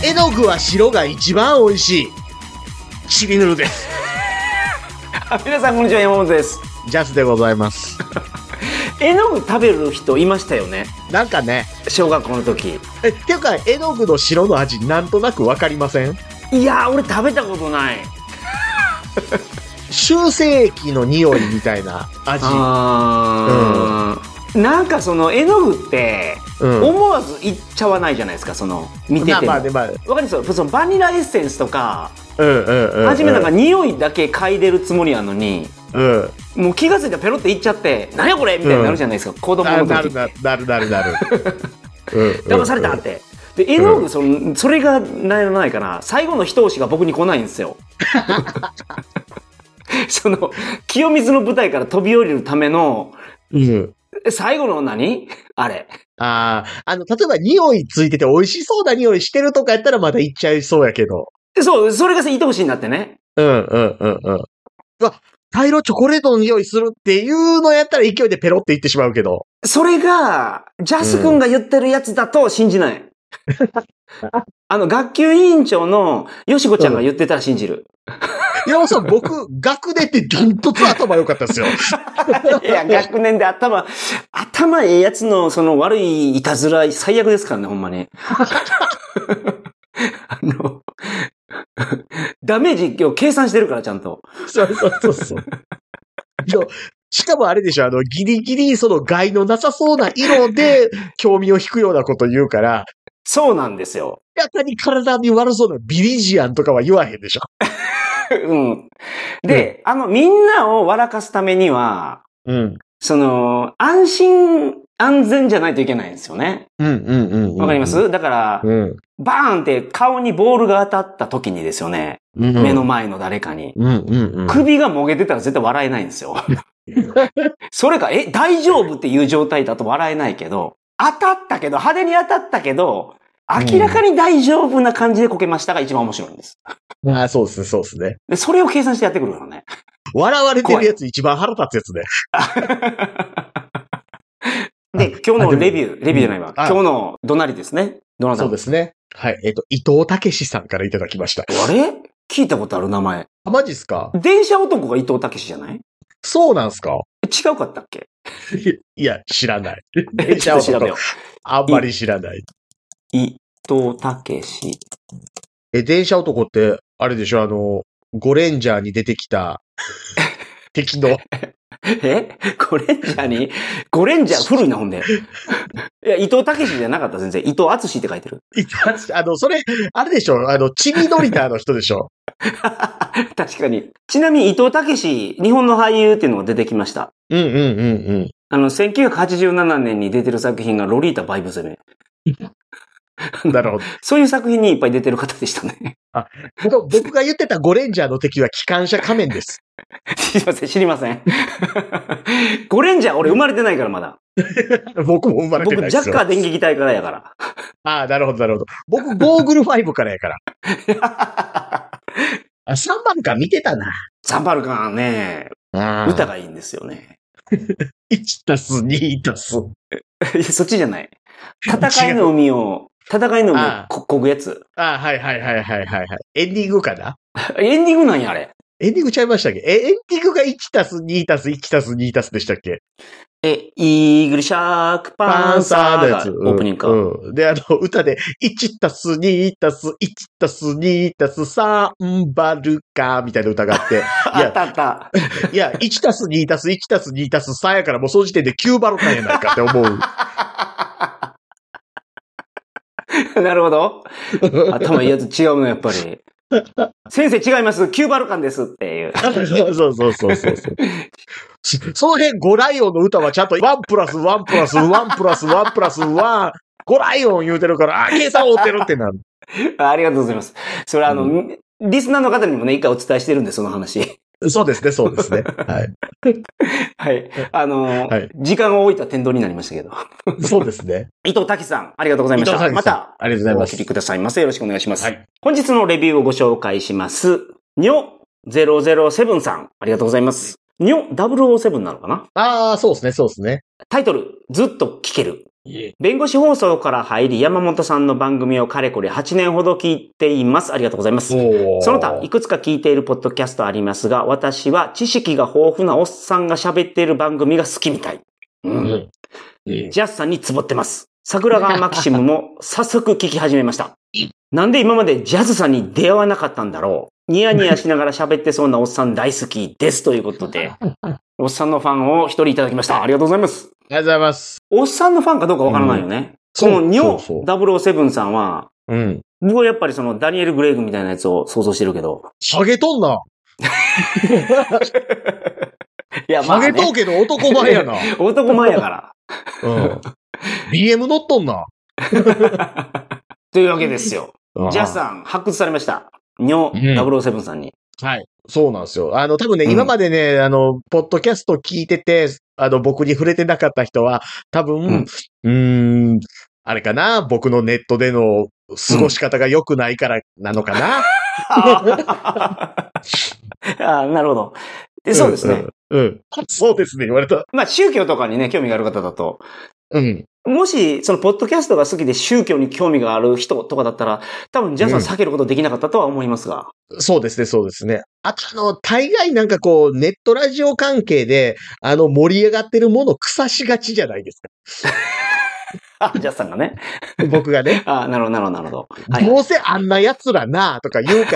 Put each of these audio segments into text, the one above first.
絵の具は白が一番美味しい。ちびぬるです。 皆さんこんにちは、山本です。 ジャスでございます。 絵の具食べる人いましたよね。 なんかね、 小学校の時。 ていうか絵の具の白の味なんとなくわかりません？ いや俺食べたことない。 修正液の匂いみたいな味。 なんかその絵の具って思わずいっちゃわないじゃないですか、その見てても。わかりますよ。そのバニラエッセンスとか初めなんか匂いだけ嗅いでるつもりやのに、もう気がついたらペロっていっちゃって何やこれみたいになるじゃないですか、子供の時。なる騙されたって。で絵の具それがないかな、最後の一押しが僕に来ないんですよ。その清水の舞台から飛び降りるための、最後の何あれ。 例えば匂いついてて美味しそうな匂いしてるとかやったらまだいっちゃいそうやけど。 そう、それが糸星になってね。 茶色チョコレートの匂いするっていうのやったら勢いでペロっていってしまうけど。 それが、ジャス君が言ってるやつだと信じない。学級委員長のよしこちゃんが言ってたら信じる。 いや、僕、学年でダントツ頭良かったですよ。 いや、学年で頭ええやつのその悪いいたずら最悪ですからね、ほんまに。ダメージを計算してるからちゃんと。 そう。しかもあれでしょ、ギリギリその害のなさそうな色で興味を引くようなこと言うから。 そうなんですよ。 やたに体に悪そうなビリジアンとかは言わへんでしょ。 で、みんなを笑かすためには、安心安全じゃないといけないんですよね。わかります？だから、バーンって顔にボールが当たった時にですよね。目の前の誰かに。首がもげてたら絶対笑えないんですよ。それが、大丈夫っていう状態だと笑えないけど、派手に当たったけど、明らかに大丈夫な感じでこけましたが一番面白いんです。 そうですね。 で、それを計算してやってくるよね。 笑われてるやつ一番腹立つやつね。で、今日のレビューじゃないわ。今日の怒鳴りですね。 そうですね。はい。伊藤武さんからいただきました。 あれ？聞いたことある名前。 マジっすか？ 電車男が伊藤武じゃない？ そうなんすか？ 違うかったっけ？ いや、知らない。電車男。あんまり知らない。 伊藤武。 電車男って、あれでしょ、ゴレンジャーに出てきた敵の。 ゴレンジャー古いな、ほんで。いや、伊藤武じゃなかった、全然。伊藤敦って書いてる。 伊藤敦、それ、あれでしょ、チビノリターの人でしょ。 確かに。ちなみに伊藤武、日本の俳優っていうのが出てきました。1987年に出てる作品がロリータバイブ攻め。 なるほど。 そういう作品にいっぱい出てる方でしたね。 僕が言ってたゴレンジャーの敵は機関車仮面です。 知りません。ゴレンジャー俺生まれてないからまだ。 僕も生まれてないですよ。 僕ジャッカー電撃隊からやから。 なるほど。僕ゴーグル5からやから。サンバルカン見てたな。 サンバルカンね、歌がいいんですよね。 1+2+。 そっちじゃない。戦いの海をこぐやつ。 はい。エンディングかな？ エンディングなんや、あれ。 エンディングちゃいましたっけ？エンディングが 1+2+1+2+ でしたっけ？ イーグルシャークパンサーのやつ。オープニングか。 で、歌で 1+2+1+2+3 バルカみたいな歌があって。 あった。 いや、1+2+1+2+3 やからもうその時点で9バルカンやないかって思う。 なるほど。頭いいやつ違うの、やっぱり。先生違います。9バルカンですっていう。 そう。その辺、ゴライオンの歌はちゃんと1+1+1+1+1+1、ゴライオン言うてるから、計算合ってるってなる。 ありがとうございます。それリスナーの方にもね、一回お伝えしてるんで、その話。 そうですね。はい。 はい。時間を置いた天丼になりましたけど。 そうですね。 伊藤滝さん、ありがとうございました。また、 ありがとうございます。 お聞きくださいませ。よろしくお願いします。 はい。 本日のレビューをご紹介します。にょ007さん、ありがとうございます。にょ007なのかな？ そうですね。 タイトル、ずっと聞ける。 弁護士放送から入り、山本さんの番組をかれこれ8年ほど聞いています。ありがとうございます。その他、いくつか聞いているポッドキャストありますが、私は知識が豊富なおっさんが喋っている番組が好きみたい。ジャスさんにツボってます。桜川マキシムも早速聞き始めました。なんで今までジャズさんに出会わなかったんだろう。ニヤニヤしながら喋ってそうなおっさん大好きですということで、おっさんのファンを一人いただきました。ありがとうございます。 ありがとうございます。 おっさんのファンかどうかわからないよね。そのニョ007さんは、僕はやっぱりそのダニエル・グレイグみたいなやつを想像してるけど。 下げとんな。 いや、まあ、 下げとうけど男前やな。 男前やから。 BM 乗っとんな。 というわけですよ。ジャスさん、発掘されました。ニョ007さんに。 はい。そうなんですよ。多分ね、今までね、ポッドキャスト聞いてて、僕に触れてなかった人は、多分、あれかな、僕のネットでの過ごし方が良くないからなのかな。 なるほど。そうですね。 そうですね、言われた。 まあ、宗教とかにね、興味がある方だと。もし、その、ポッドキャストが好きで宗教に興味がある人とかだったら、多分、ジャズは避けることできなかったとは思いますが。 そうですね、そうですね。あと、大概なんかこう、ネットラジオ関係で、盛り上がってるもの腐しがちじゃないですか。 ジャスさんがね。 僕がね。 なるほど、なるほど、なるほど。 どうせあんな奴らなとか言うから、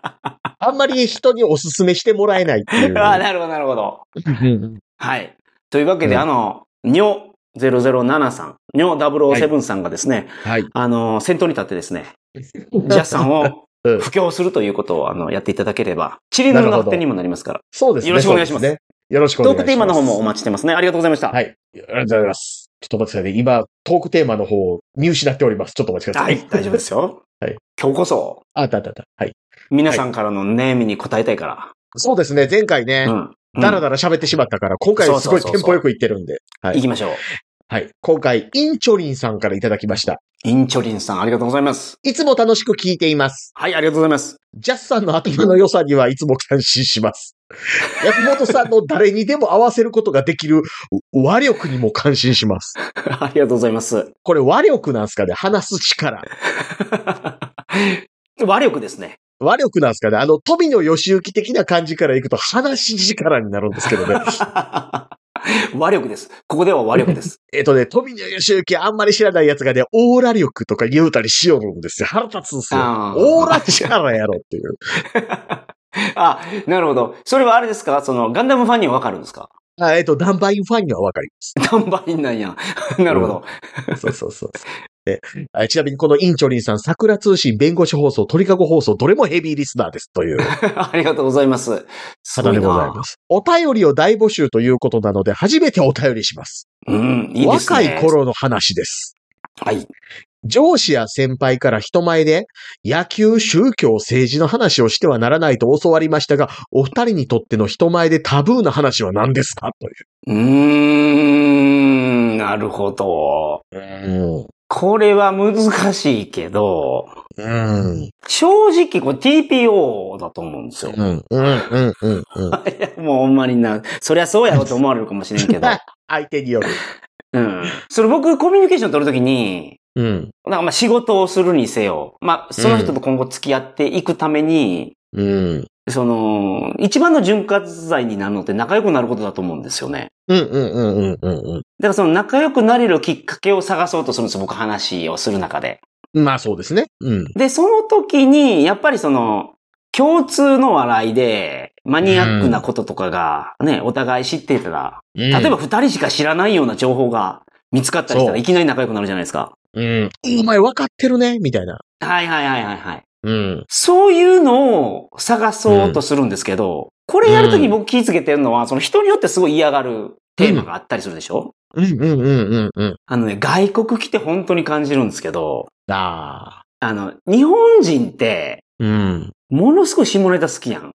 あんまり人におすすめしてもらえないっていう。 なるほど、なるほど。はい。というわけで、ニョ007さん、ニョ007さんがですね、 はい。 先頭に立ってですね、ジャスさんを布教するということをやっていただければ、チリヌの発展にもなりますから。 そうですね。 よろしくお願いします。 よろしくお願いします。 トークテーマの方もお待ちしてますね。ありがとうございました。 はい。ありがとうございます。ちょっと待ってくださいね。今、トークテーマの方を見失っております。ちょっとお待ちください。 はい、大丈夫ですよ。 はい。 今日こそ。 あった。はい。 皆さんからの悩みに答えたいから。 そうですね。前回ね、だらだら喋ってしまったから、今回すごいテンポよくいってるんで。 はい。行きましょう。 はい。今回、インチョリンさんからいただきました。 インチョリンさん、ありがとうございます。 いつも楽しく聞いています。 はい、ありがとうございます。 ジャスさんの頭の良さにはいつも感心します。安本さんの誰にでも合わせることができる和力にも感心します。 ありがとうございます。 これ和力なんすかね？話す力。 和力ですね。 和力なんすかね？富野義行的な感じからいくと話し力になるんですけどね。 和力です。ここでは和力です。 富野義行あんまり知らない奴がね、オーラ力とか言うたりしよるんですよ。腹立つんですよ。オーラ力やろっていう。 なるほど。それはあれですか？ガンダムファンにはわかるんですか？ ダンバインファンにはわかります。 ダンバインなんや。なるほど。 そう。ちなみにこのインチョリンさん、桜通信、弁護士放送、鳥かご放送、どれもヘビーリスナーですという。 ありがとうございます。 方でございます。お便りを大募集ということなので、初めてお便りします。 いいですね。 若い頃の話です。 はい。 上司や先輩から人前で野球、宗教、政治の話をしてはならないと教わりましたが、お二人にとっての人前でタブーな話は何ですかという。 なるほど。これは難しいけど、正直これ TPO だと思うんですよ。いやもうほんまにそりゃそうやろと思われるかもしれんけど。 相手による。 それ僕コミュニケーション取るときに、なんか仕事をするにせよ、その人と今後付き合っていくために、一番の潤滑剤になるのって仲良くなることだと思うんですよね。だからその仲良くなれるきっかけを探そうとするんですよ、僕話をする中で。 まあそうですね。 で、その時に、やっぱり共通の笑いで、マニアックなこととかがね、お互い知ってたら、例えば二人しか知らないような情報が見つかったりしたらいきなり仲良くなるじゃないですか。 お前分かってるねみたいな。 はい。そういうのを探そうとするんですけど、これやるときに僕気ぃつけてるのは、人によってすごい嫌がるテーマがあったりするでしょ？外国来て本当に感じるんですけど、日本人って、ものすごい下ネタ好きやん。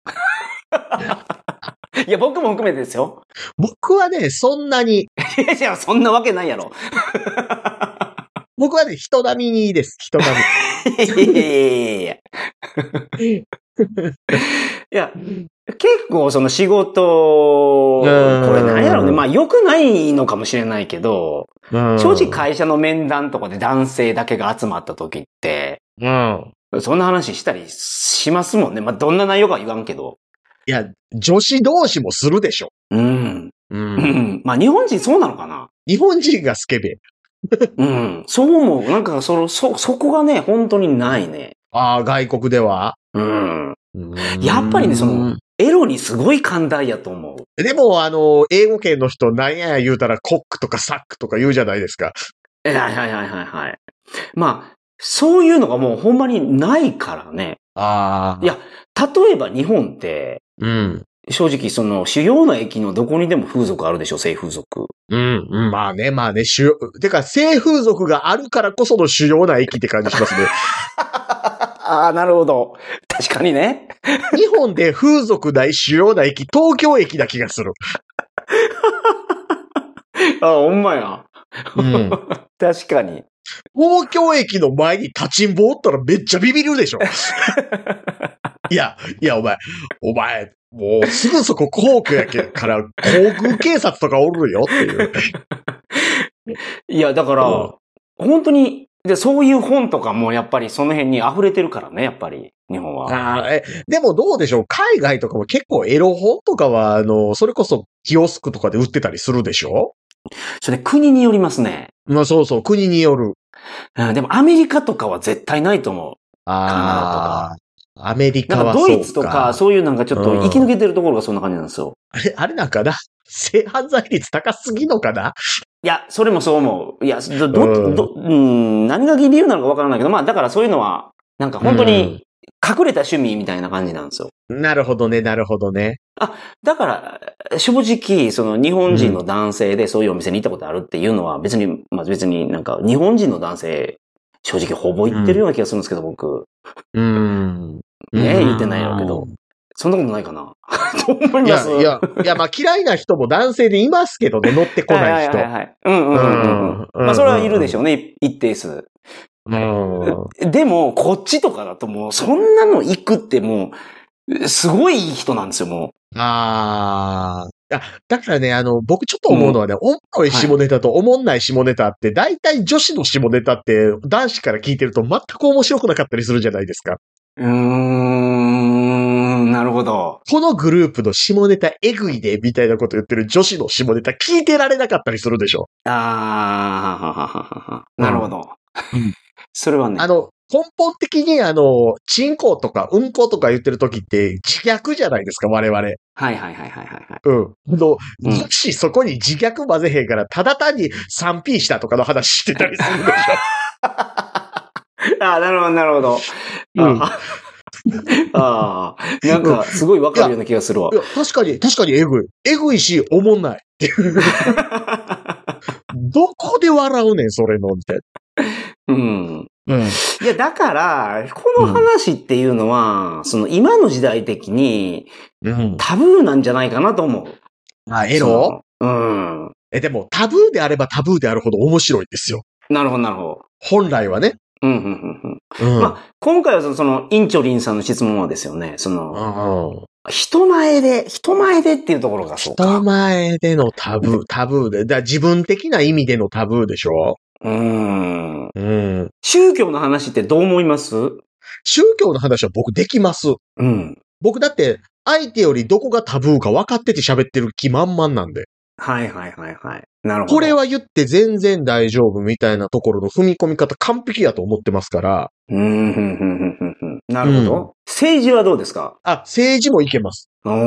いや、僕も含めてですよ。 僕はね、そんなに。 いや、そんなわけないやろ。 僕はね、人並みにいいです。人並み。 いや、結構その仕事、これ何やろうね。まあ良くないのかもしれないけど、正直会社の面談とかで男性だけが集まった時って、そんな話したりしますもんね。まあどんな内容かは言わんけど。 いや、女子同士もするでしょ。 まあ日本人そうなのかな。 日本人がスケベ。 そう思う。なんかそこがね、本当にないね。 ああ、外国ではやっぱりね、エロにすごい寛大やと思う。 でも、英語圏の人、なんや言うたら、コックとかサックとか言うじゃないですか。 はい。まあ、そういうのがもうほんまにないからね。いや、例えば日本って、正直主要な駅のどこにでも風俗あるでしょ、性風俗。 まあね。てか、性風俗があるからこその主要な駅って感じしますね。 ああ、なるほど。確かにね。 日本で風俗ない主要な駅、東京駅な気がする。 ほんまや。確かに。 東京駅の前に立ちんぼおったらめっちゃビビるでしょ。いや、お前、もうすぐそこ皇居やけから、航空警察とかおるよっていう。 いや、だから、本当に、そういう本とかもやっぱりその辺に溢れてるからね、やっぱり、日本は。 でもどうでしょう、海外とかも結構エロ本とかは、それこそキオスクとかで売ってたりするでしょ？ それ国によりますね。 まあそうそう、国による。 でもアメリカとかは絶対ないと思う。カナダとか。 アメリカはそうか。 ドイツとか、そういうなんかちょっと生き抜けてるところがそんな感じなんですよ。 あれなんかな？性犯罪率高すぎのかな？ いや、それもそう思う。いや、何が理由なのかわからないけど、まあだからそういうのは、なんか本当に隠れた趣味みたいな感じなんですよ。 なるほどね。 だから、正直、日本人の男性でそういうお店に行ったことあるっていうのは別になんか日本人の男性、正直ほぼ行ってるような気がするんですけど、僕。言ってないやろうけど。そんなことないかなと思います。 いや、まあ嫌いな人も男性でいますけどね、乗ってこない人。 まあそれはいるでしょうね、一定数。でも、こっちとかだともう、そんなの行くってもう、すごいいい人なんですよ、もう。 だからね、僕ちょっと思うのはね、おもろい下ネタとおもんない下ネタって、大体女子の下ネタって男子から聞いてると全く面白くなかったりするじゃないですか。 なるほど。 このグループの下ネタエグいで、みたいなこと言ってる女子の下ネタ聞いてられなかったりするでしょ。 なるほど。それはね。 根本的にチンコとかうんことか言ってる時って自虐じゃないですか、我々。はい。女子そこに自虐混ぜへんから、ただ単に 3P したとかの話してたりするでしょ。 なるほど。なんか、すごいわかるような気がするわ。 いや、確かにエグい。エグいし、おもんない。どこで笑うねん、それの、みたいな。 いや、だから、この話っていうのは、今の時代的に、タブーなんじゃないかなと思う。 エロ？でも、タブーであればタブーであるほど面白いですよ。 なるほど。 本来はね。 まあ、今回はインチョリンさんの質問はですよね、人前でっていうところがそうか。 人前でのタブーで、自分的な意味でのタブーでしょ？ 宗教の話ってどう思います？ 宗教の話は僕できます。僕だって、相手よりどこがタブーか分かってて喋ってる気満々なんで。 はい。なるほど。 これは言って全然大丈夫みたいなところの踏み込み方完璧やと思ってますから。 なるほど。政治はどうですか？ 政治もいけます。 な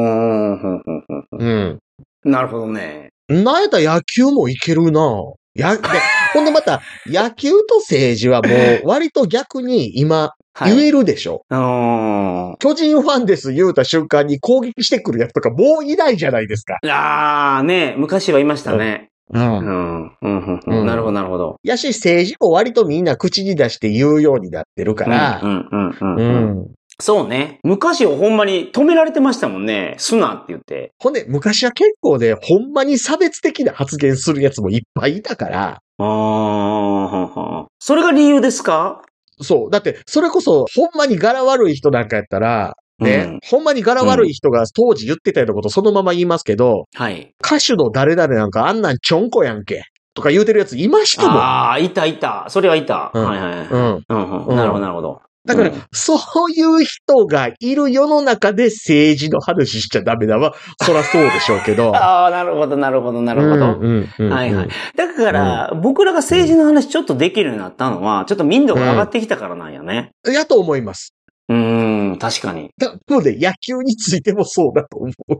るほどね。 なんやったら野球もいけるな。ほんでまた、野球と政治はもう割と逆に今、言えるでしょ。巨人ファンです言うた瞬間に攻撃してくるやつとかもういないじゃないですか。 昔はいましたね。なるほど。 やし、政治も割とみんな口に出して言うようになってるから。 そうね。昔はほんまに止められてましたもんね。すなって言って。 ほんで、昔は結構ね、ほんまに差別的な発言するやつもいっぱいいたから。 それが理由ですか？ そう。だって、それこそ、ほんまに柄悪い人なんかやったら、ね、ほんまに柄悪い人が当時言ってたようなことそのまま言いますけど、 はい。 歌手の誰々なんかあんなんちょんこやんけ。とか言うてるやついましたもん。 ああ、いた。それはいた。はいはいはい。なるほど、なるほど。 だから、そういう人がいる世の中で政治の話しちゃダメだわ。そらそうでしょうけど。 ああ、なるほど。はいはい。だから、僕らが政治の話ちょっとできるようになったのは、ちょっと民度が上がってきたからなんやね。 やと思います。 確かに。 なので、野球についてもそうだと思う。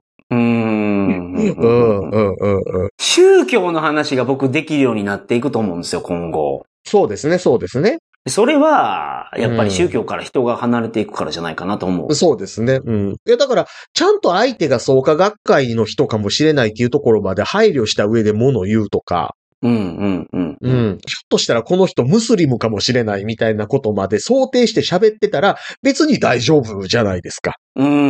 宗教の話が僕できるようになっていくと思うんですよ、今後。 そうですね。 それは、やっぱり宗教から人が離れていくからじゃないかなと思う。 そうですね。だから、ちゃんと相手が創価学会の人かもしれないっていうところまで配慮した上で物を言うとか。ひょっとしたらこの人ムスリムかもしれないみたいなことまで想定して喋ってたら別に大丈夫じゃないですか。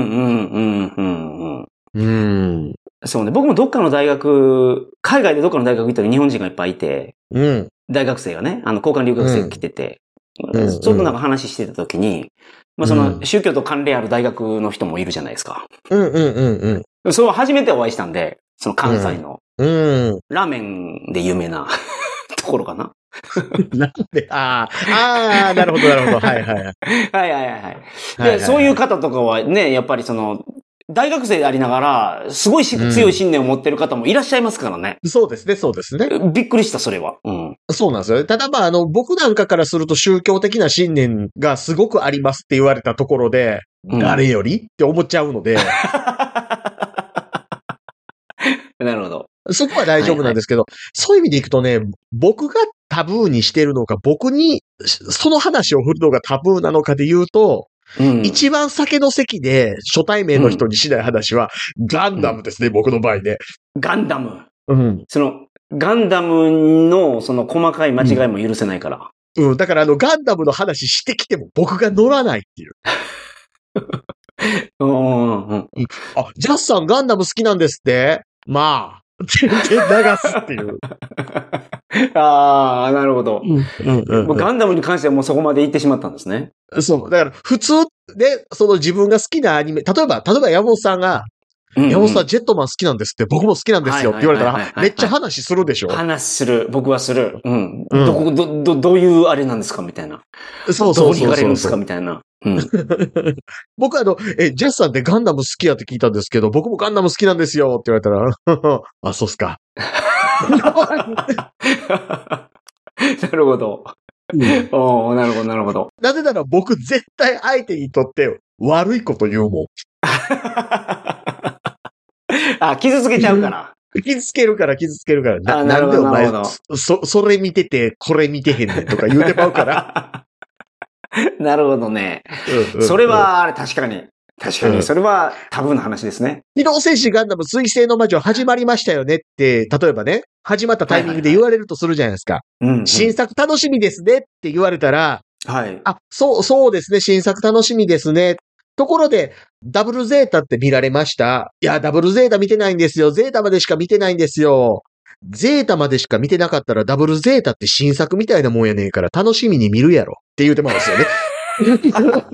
そうね。僕もどっかの大学、海外でどっかの大学行ったら日本人がいっぱいいて、大学生がね、交換留学生が来てて、ちょっとなんか話してた時に、その宗教と関連ある大学の人もいるじゃないですか。それを初めてお会いしたんで、その関西の、ラーメンで有名なところかな。 なんで、なるほど。はい。 で、そういう方とかはね、やっぱりその、大学生でありながら、すごい強い信念を持ってる方もいらっしゃいますからね。 そうですね。 びっくりした、それは。 そうなんですよね。ただ僕なんかからすると宗教的な信念がすごくありますって言われたところで、誰よりって思っちゃうので。 なるほど。 そこは大丈夫なんですけど、そういう意味でいくとね、僕がタブーにしてるのか、僕にその話を振るのがタブーなのかで言うと、一番酒の席で初対面の人にしない話は、ガンダムですね、僕の場合ね。 ガンダム。その、ガンダムのその細かい間違いも許せないから。 だからガンダムの話してきても僕が乗らないっていう。ジャスさんガンダム好きなんですって？まあ、全然流すっていう。 なるほど。ガンダムに関してはもうそこまで行ってしまったんですね。 そう。だから、普通で、その自分が好きなアニメ、例えば山本さんが、山本さんジェットマン好きなんですって、僕も好きなんですよって言われたら、めっちゃ話するでしょ？ 話する。僕はする。どういうあれなんですかみたいな。 そう。 どこに行かれるんですかみたいな。 僕ジャスさんってガンダム好きやって聞いたんですけど、僕もガンダム好きなんですよって言われたら、あ、そうっすか。 なるほど。なるほど。 なぜなら僕絶対相手にとって悪いこと言うもん。 傷つけちゃうから。 傷つけるから。なんでお前、それ見てて、これ見てへんねんとか言うてまうから。 なるほどね。それは、確かに、それはタブーの話ですね。 機動戦士ガンダム水星の魔女始まりましたよねって、例えばね、始まったタイミングで言われるとするじゃないですか。新作楽しみですねって言われたら、そうですね、新作楽しみですね。ところで、ダブルゼータって見られました？いや、ダブルゼータ見てないんですよ。ゼータまでしか見てないんですよ。ゼータまでしか見てなかったらダブルゼータって新作みたいなもんやねんから楽しみに見るやろって言うてもらうんですよね。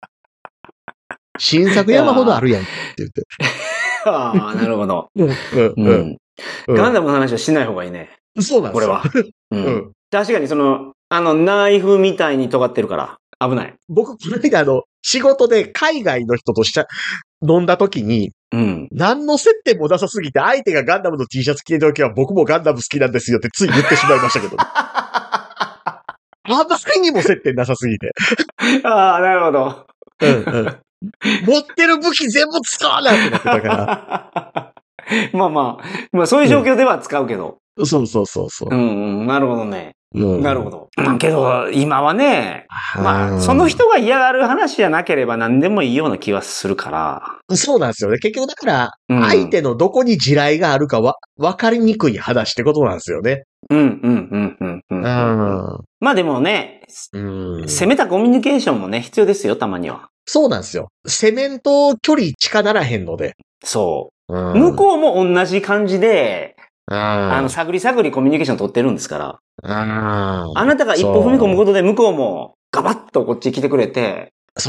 新作山ほどあるやんって言って。 なるほど。ガンダムの話はしない方がいいね。 そうなんですよ。 これは。確かにナイフみたいに尖ってるから、危ない。 僕、この間仕事で海外の人と飲んだ時に、何の接点もなさすぎて、相手がガンダムの T シャツ着てる時は僕もガンダム好きなんですよってつい言ってしまいましたけど。あまりにも接点なさすぎて。 なるほど。 持ってる武器全部使わないってなってたから。 まあ、そういう状況では使うけど。 そう。 なるほどね。なるほど。けど、今はね、その人が嫌がる話じゃなければ何でもいいような気はするから。 そうなんですよね。結局だから、相手のどこに地雷があるか分かりにくい話ってことなんですよね。まあでもね、攻めたコミュニケーションもね、必要ですよ、たまには。 そうなんですよ。攻めんと距離近ならへんので。 そう。向こうも同じ感じで、探り探りコミュニケーション取ってるんですから。あなたが一歩踏み込むことで向こうもガバッとこっち来てくれて、 そう。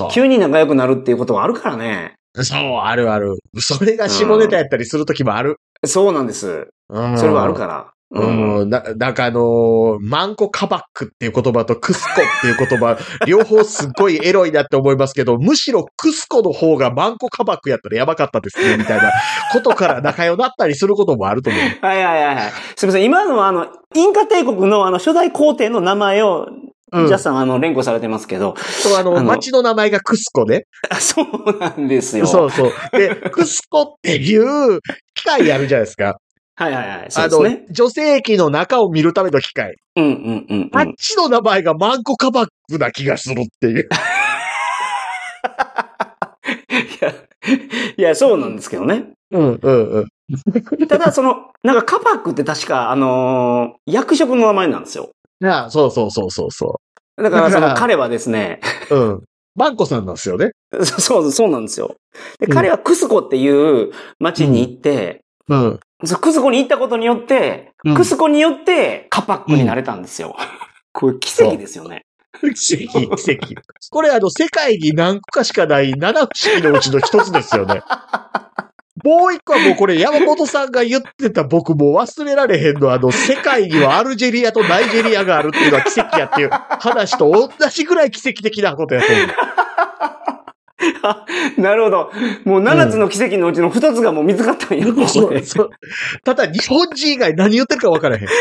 急に仲良くなるっていうことはあるからね。 そう、あるある。それが下ネタやったりするときもある。 そうなんです。それはあるから。 なんかマンコカバックっていう言葉とクスコっていう言葉、両方すっごいエロいなって思いますけど、むしろクスコの方がマンコカバックやったらやばかったですね、みたいなことから仲良くなったりすることもあると思う。 はい。すみません、今のはインカ帝国の初代皇帝の名前を、ジャスさん連呼されてますけど。 そう、町の名前がクスコね。 そうなんですよ。 そう。で、クスコっていう機械あるじゃないですか。 はい。そうですね。 女性器の中を見るための機械。あっちの名前がマンコカバックな気がするっていう。 いや、そうなんですけどね。ただ、なんかカバックって確か、役職の名前なんですよ。 そう。 だから彼はですね。 マンコさんなんですよね。 そうなんですよ。で、彼はクスコっていう町に行って、クスコに行ったことによって、クスコによってカパックになれたんですよ。これ奇跡ですよね。 奇跡。これ世界に何個かしかない七不思議のうちの一つですよね。もう一個はもうこれ山本さんが言ってた僕も忘れられへんの世界にはアルジェリアとナイジェリアがあるっていうのは奇跡やっていう話と同じぐらい奇跡的なことやってる。 なるほど。もう7つの奇跡のうちの2つがもう見つかったんや。 そう。ただ日本人以外何言ってるか分からへん。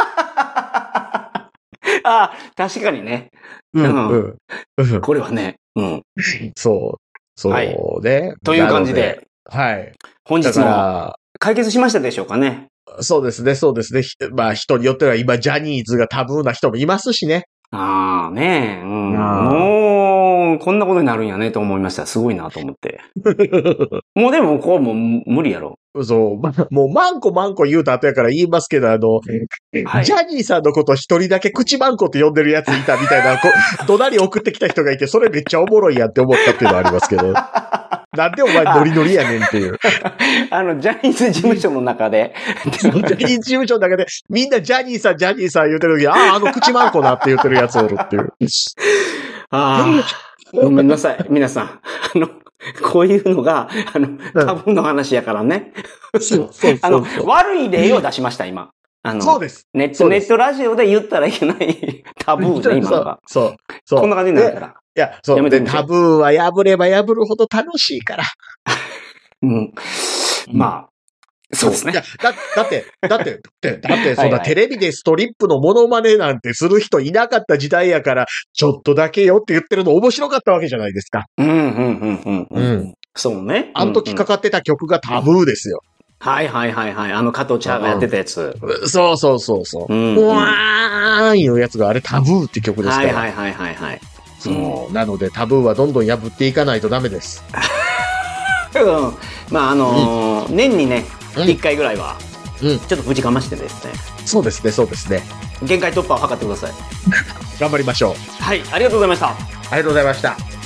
確かにね。これはね。 そうね。 という感じで。 はい。 本日も解決しましたでしょうかね。 そうですね。まあ人によっては今ジャニーズがタブーな人もいますしね。 ねえ。もう、こんなことになるんやねと思いました。すごいなと思って。もうでも、こうもう無理やろ。 そう。もうマンコ言うた後やから言いますけど、ジャニーさんのこと一人だけ口マンコって呼んでるやついたみたいな、怒鳴り送ってきた人がいて、それめっちゃおもろいやって思ったっていうのはありますけど。なんでお前ノリノリやねんっていう。 ジャニーズ事務所の中で。 ジャニーズ事務所の中で、みんなジャニーさん言うてる時に、口マンコなって言ってるやつおるっていう。 ごめんなさい。皆さん。こういうのが、タブーの話やからね。悪い例を出しました、今。 そうです。 ネットラジオで言ったらいけないタブーね、今のが。 そう。 こんな感じになるから。いや、そう。で、タブーは破れば破るほど楽しいから。 まあ、そうですね。 だって、そんなテレビでストリップのモノマネなんてする人いなかった時代やから、ちょっとだけよって言ってるの面白かったわけじゃないですか。 そうね。 あの時かかってた曲がタブーですよ。 はい。加藤茶がやってたやつ。 そう。うわーんいうやつがあれタブーって曲ですから。 はい。 そう。なのでタブーはどんどん破っていかないとダメです。 まあ年にね、1回ぐらいは、ちょっとぶちかましてですね。 そうですね。 限界突破を図ってください。 頑張りましょう。 はい、ありがとうございました。 ありがとうございました。